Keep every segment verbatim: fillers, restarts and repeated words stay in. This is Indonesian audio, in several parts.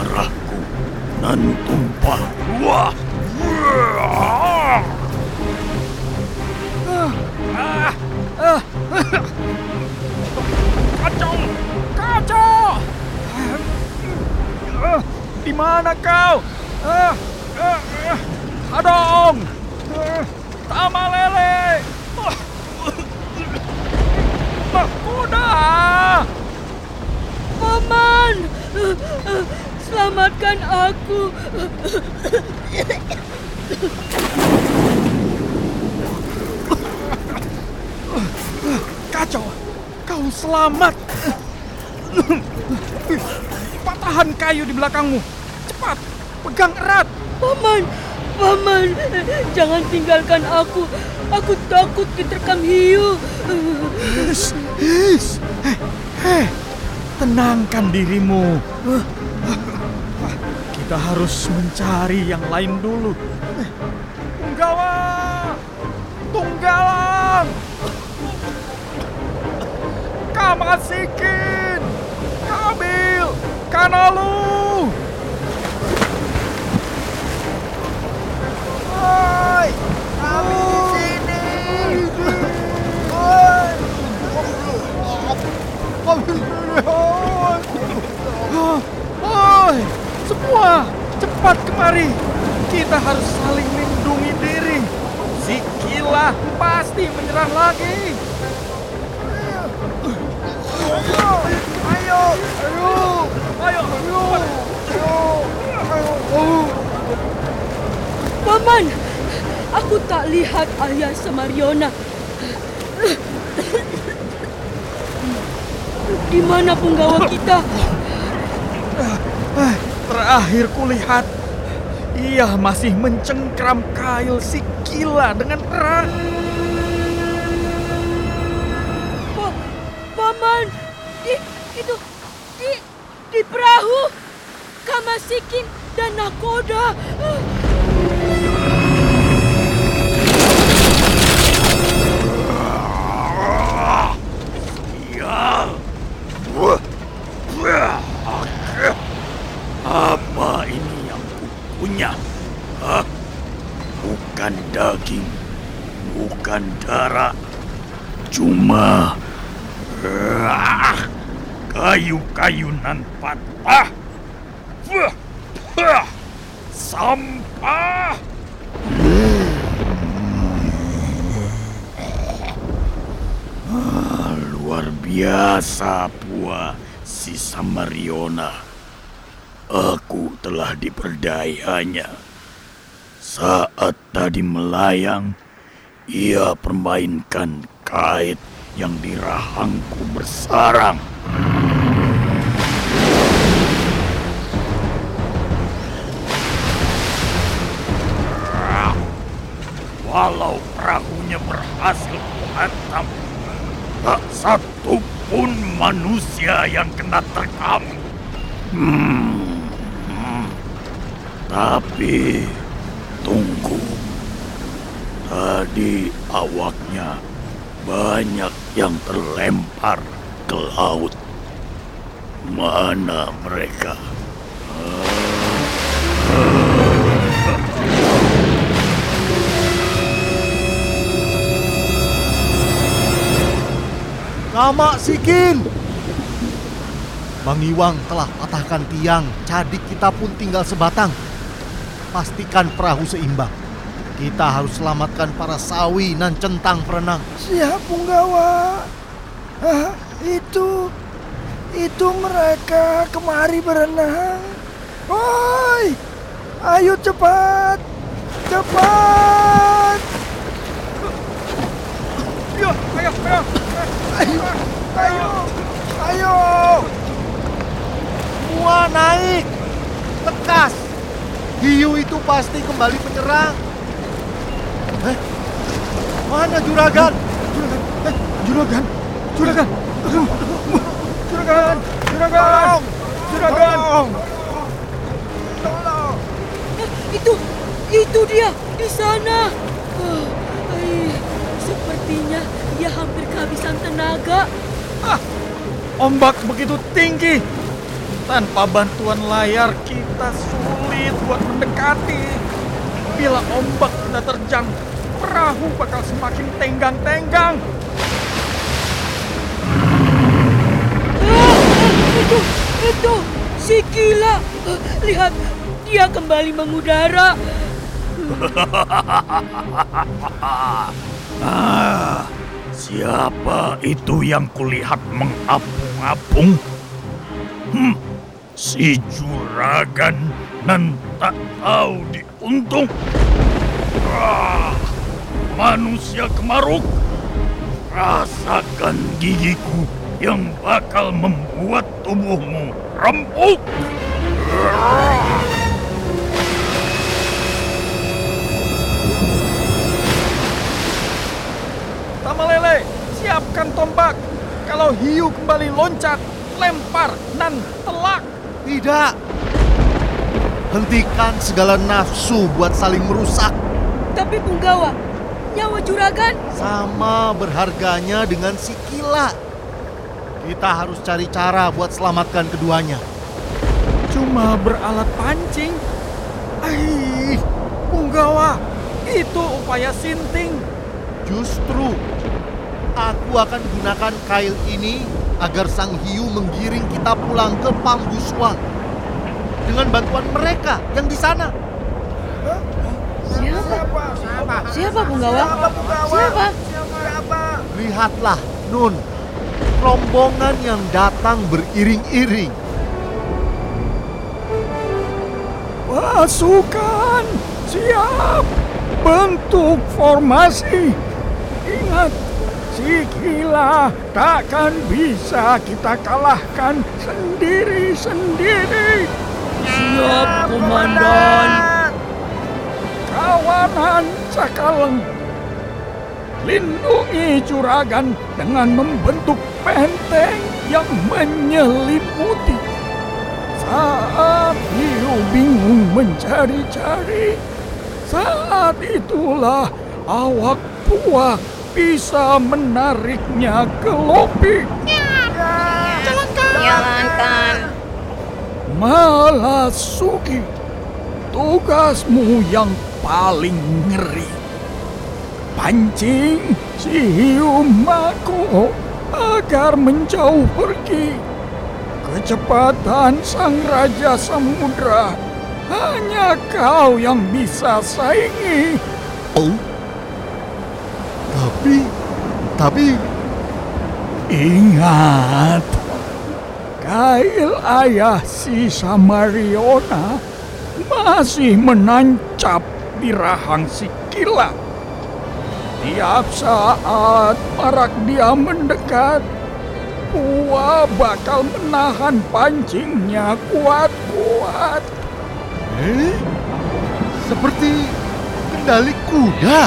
darahku nan tumpah. Wah. Kacau! Kacau! Di mana kau? Hadong! Tamalele! Kuda! Paman! Selamatkan aku! Kacau! Kau selamat! Patahan kayu di belakangmu! Cepat! Pegang erat! Paman! Paman! Jangan tinggalkan aku! Aku takut diterkam hiu! His, his. Hei, hei. Tenangkan dirimu. Kita harus mencari yang lain dulu. Punggawa! Tunggalang! Kamasikin! Kabil! Kanalu! Hai! Kami di sini! Hai! Hai! Semua! Cepat kemari! Kita harus saling melindungi diri. Si Kila pasti menyerang lagi. Ayo! Ayo! Ayo! Ayo! Ayo! Ayo! Paman! Aku tak lihat ayah Semariona. Di mana punggawa kita? Terakhir kulihat, ia masih mencengkram kail si Kila dengan erat. Pa Paman, di itu di di perahu Kamasikin dan Nakoda. Apa ini yang kupunya? Hah? Bukan daging, bukan darah, cuma ah, kayu-kayu nan patah. Wah, wah, sampah. Ah, luar biasa pua si Semariona. Aku telah diperdayanya. Saat tadi melayang, ia permainkan kait yang di rahangku bersarang. Walau perahunya berhasil kuhantam, tak satu pun manusia yang kena terkam. Hmm. Tapi, tunggu. Tadi awaknya banyak yang terlempar ke laut. Mana mereka? Kamasikin! Bang Iwang telah patahkan tiang, cadik kita pun tinggal sebatang. Pastikan perahu seimbang. Kita harus selamatkan para sawi nan centang perenang. Siap, Punggawa. Ah, itu, itu mereka kemari berenang. Woi, ayo cepat, cepat. Ayo, ayo, ayo, ayo, ayo, ayo. Semua naik, tekas. Hiu itu pasti kembali menyerang. Eh, mana juragan? Juragan, eh, juragan, juragan, juragan, juragan, juragan. Tolong. Itu, itu dia di sana. Oh, eh, sepertinya dia hampir kehabisan tenaga. Ah, ombak begitu tinggi. Tanpa bantuan layar kita sulit buat mendekati. Bila ombak sudah terjang, perahu bakal semakin tenggang-tenggang. Itu, itu, si gila. Lihat, dia kembali mengudara. Ah, siapa itu yang kulihat mengapung-apung? Hmm, si juragan nan tak tahu diuntung. Ah, manusia kemaruk, rasakan gigiku yang bakal membuat tubuhmu rempuk. Tamalele, siapkan tombak. Kalau hiu kembali loncat, lempar dan telak. Tidak. Hentikan segala nafsu buat saling merusak. Tapi Punggawa, nyawa juragan Sama berharganya dengan si Kila. Kita harus cari cara buat selamatkan keduanya. Cuma beralat pancing. Aih, Punggawa, itu upaya sinting. Justru, aku akan gunakan kail ini agar sang hiu menggiring kita pulang ke Pambuswan. Dengan bantuan mereka yang di sana. Siapa? Siapa? Siapa Punggawa? Siapa, Punggawa? Siapa? Siapa? Lihatlah, Nun. Rombongan yang datang beriring-iring. Pasukan, siap. Bentuk formasi. Ingat, si Kila takkan bisa kita kalahkan sendiri-sendiri. Siap, Komandan. Kawanan Cakaleng, lindungi juragan dengan membentuk benteng yang menyelimuti. Saat hiu bingung mencari-cari, saat itulah awak buah bisa menariknya ke lopi. Jalankan. Malasuki, tugasmu yang paling ngeri. Pancing si hiu Mako agar menjauh pergi. Kecepatan sang Raja Samudra hanya kau yang bisa saingi. Oh, tapi, tapi, Ingat, kail ayah si Samariona masih menancap di rahang si Kila. Tiap saat marak dia mendekat, Buah bakal menahan pancingnya kuat-kuat. eh, seperti kendali kuda.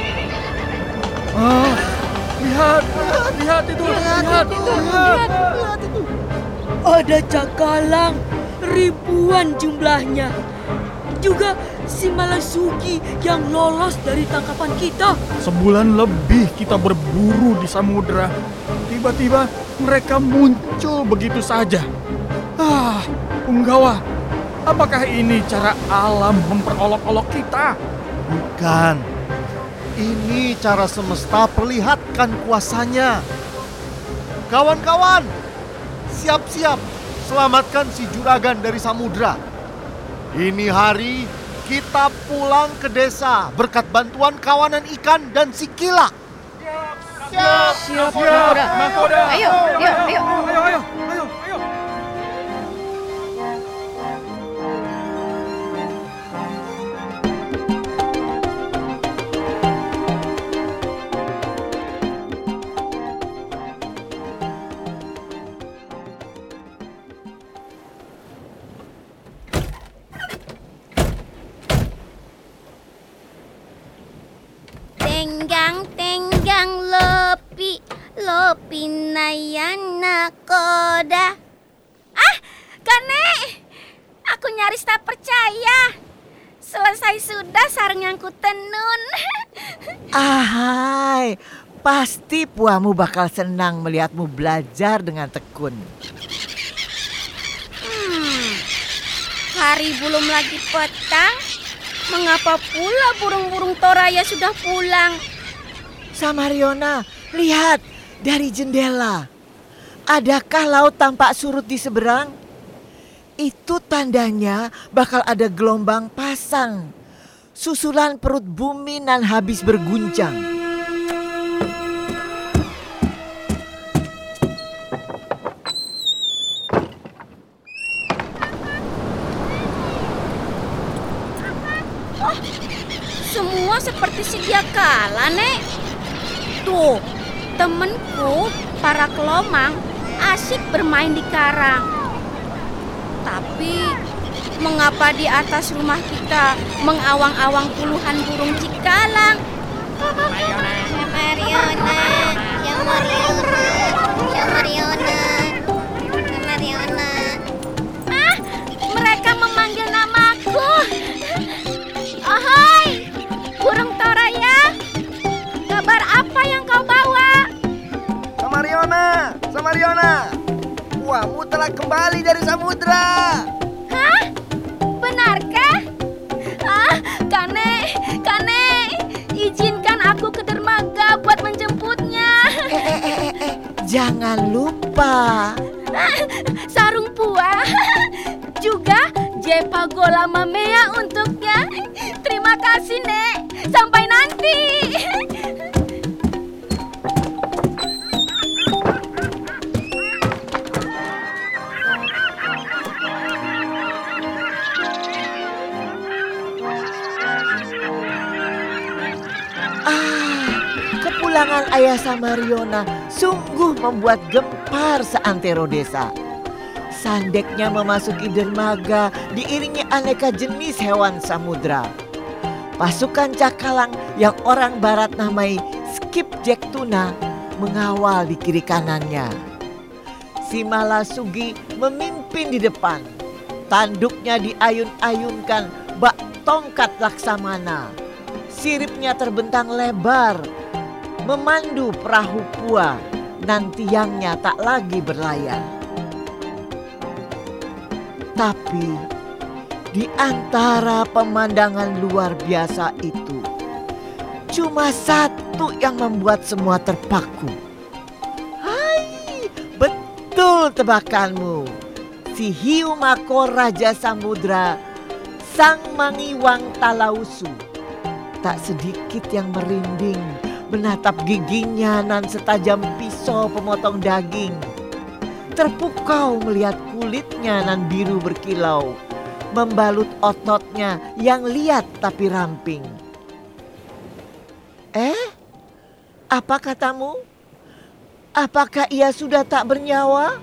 Ah, lihat, lihat itu, lihat, lihat. Ada cakalang, ribuan jumlahnya. Juga si Malasuki yang lolos dari tangkapan kita. Sebulan lebih kita berburu di samudera. Tiba-tiba mereka muncul begitu saja. Ah, Punggawa, apakah ini cara alam memperolok-olok kita? Bukan. Ini cara semesta perlihatkan kuasanya. Kawan-kawan, siap-siap selamatkan si juragan dari samudra. Ini hari kita pulang ke desa berkat bantuan kawanan ikan dan si Kila. Siap, siap, Nakoda. Nakoda. Ayo, ayo, ayo. Ayo, ayo, ayo, ayo. Tenggang tenggang lopi, lopi nayan nakoda. Ah, Kane, aku nyaris tak percaya. Selesai sudah sarang yang kutenun. Ahai, pasti puamu bakal senang melihatmu belajar dengan tekun. Hmm, Hari belum lagi petang. Mengapa pula burung-burung Toraya sudah pulang? Samaryona, lihat dari jendela. Adakah laut tampak surut di seberang? Itu tandanya bakal ada gelombang pasang. Susulan perut bumi nan habis berguncang. Oh, semua seperti sedia kala, Nek. Tuh, temenku para kelomang asik bermain di karang. Tapi mengapa di atas rumah kita mengawang-awang puluhan burung cikalang? Mariona, Mariona, ya Mariona, ya Mariona, Mariona. Ah, mereka memanggil namaku. Ahoy, burung Toraya. Kabar apa yang kau bawa? Samaryona, Samaryona, buahmu telah kembali dari samudra. Hah? Benarkah? Ah, Kane, Kane, izinkan aku ke dermaga buat menjemputnya. Eh, eh, eh, eh, eh. Jangan lupa. Ah, sarung pua. Juga Jepagola Mamea untuknya. Terima kasih, Nek. Sampai nanti. Kepulangan ayah Samaryona sungguh membuat gempar seantero desa. Sandeknya memasuki dermaga diiringi aneka jenis hewan samudra. Pasukan cakalang yang orang barat namai skipjack tuna mengawal di kiri kanannya. Si Malasugi memimpin di depan. Tanduknya diayun-ayunkan bak tongkat laksamana. Siripnya terbentang lebar, memandu perahu pua, dan tiangnya tak lagi berlayar. Tapi di antara pemandangan luar biasa itu, cuma satu yang membuat semua terpaku. Hai, betul tebakanmu. Si Hiu Mako Raja Samudra, Sang Mangiwang Talausu. Tak sedikit yang merinding menatap giginya nan setajam pisau pemotong daging. Terpukau melihat kulitnya nan biru berkilau, membalut ototnya yang liat tapi ramping. Eh, apa katamu? Apakah ia sudah tak bernyawa?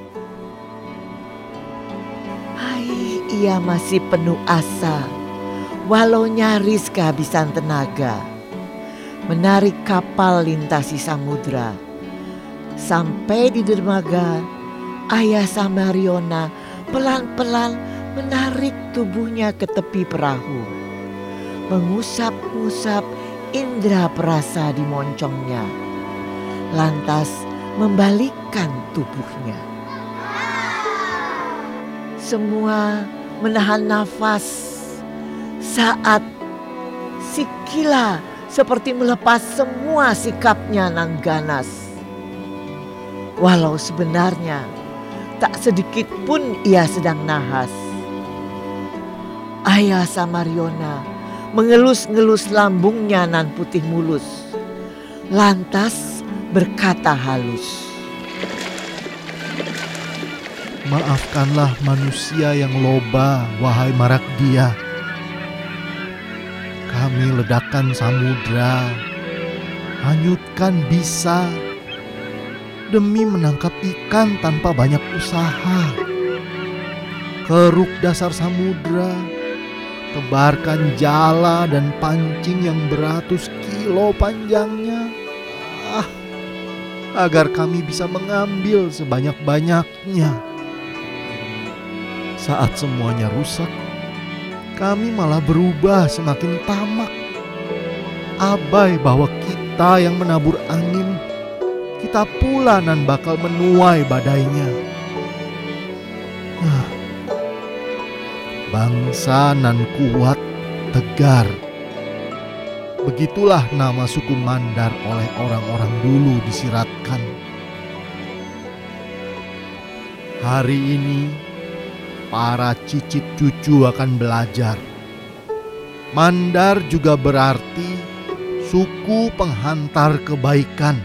Hai, ia masih penuh asa, walau nyaris kehabisan tenaga. Menarik kapal lintasi samudra. Sampai di dermaga, ayah Samaryona pelan-pelan menarik tubuhnya ke tepi perahu. Mengusap-ngusap indera perasa di moncongnya. Lantas membalikkan tubuhnya. Semua menahan nafas saat si Kila seperti melepas semua sikapnya nan ganas. Walau sebenarnya tak sedikit pun ia sedang nahas. Ayah Samaryona mengelus-ngelus lambungnya nan putih mulus. Lantas berkata halus. Maafkanlah manusia yang loba, wahai Marakdia. Kami ledakan samudra, hanyutkan bisa, demi menangkap ikan tanpa banyak usaha. Keruk dasar samudra, tebarkan jala dan pancing yang beratus kilo panjangnya. Ah, agar kami bisa mengambil sebanyak-banyaknya. Saat semuanya rusak, kami malah berubah semakin tamak. Abai bahwa kita yang menabur angin, kita pula nan bakal menuai badainya. Ah, bangsa nan kuat tegar. Begitulah nama suku Mandar oleh orang-orang dulu disiratkan. Hari ini para cicit cucu akan belajar. Mandar juga berarti suku penghantar kebaikan.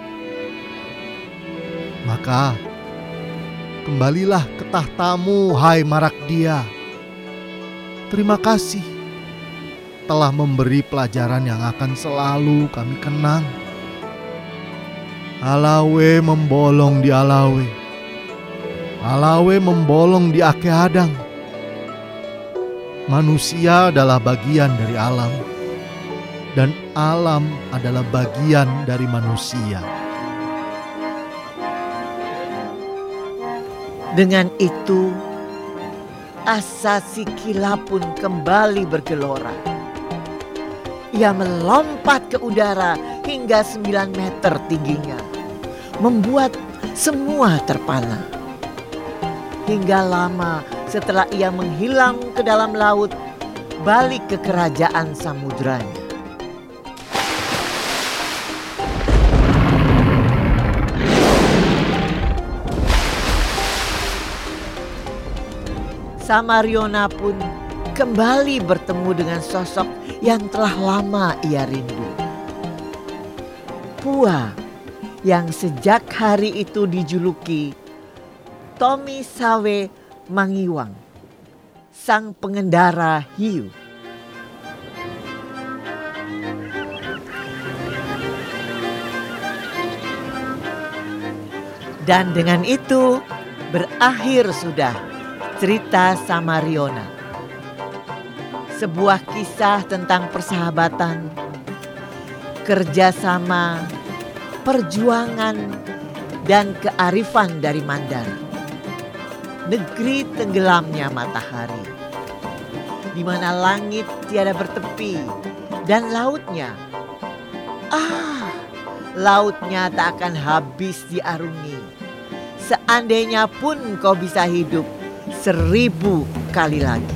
Maka kembalilah ke tahtamu, hai Marakdia. Terima kasih telah memberi pelajaran yang akan selalu kami kenang. Alawe membolong di Alawe, Alawe membolong di Ake Hadang. Manusia adalah bagian dari alam, dan alam adalah bagian dari manusia. Dengan itu, asa Sikila pun kembali bergelora. Ia melompat ke udara hingga sembilan meter tingginya, membuat semua terpana. Hingga lama setelah ia menghilang ke dalam laut, balik ke kerajaan samudranya. Samaryona pun kembali bertemu dengan sosok yang telah lama ia rindu. Pua yang sejak hari itu dijuluki Tomi Sawe Mangiwang, sang pengendara hiu. Dan dengan itu berakhir sudah cerita Samaryona. Sebuah kisah tentang persahabatan, kerjasama, perjuangan, dan kearifan dari Mandar. Negeri tenggelamnya matahari, di mana langit tiada bertepi dan lautnya, ah, lautnya tak akan habis diarungi. Seandainya pun kau bisa hidup seribu kali lagi.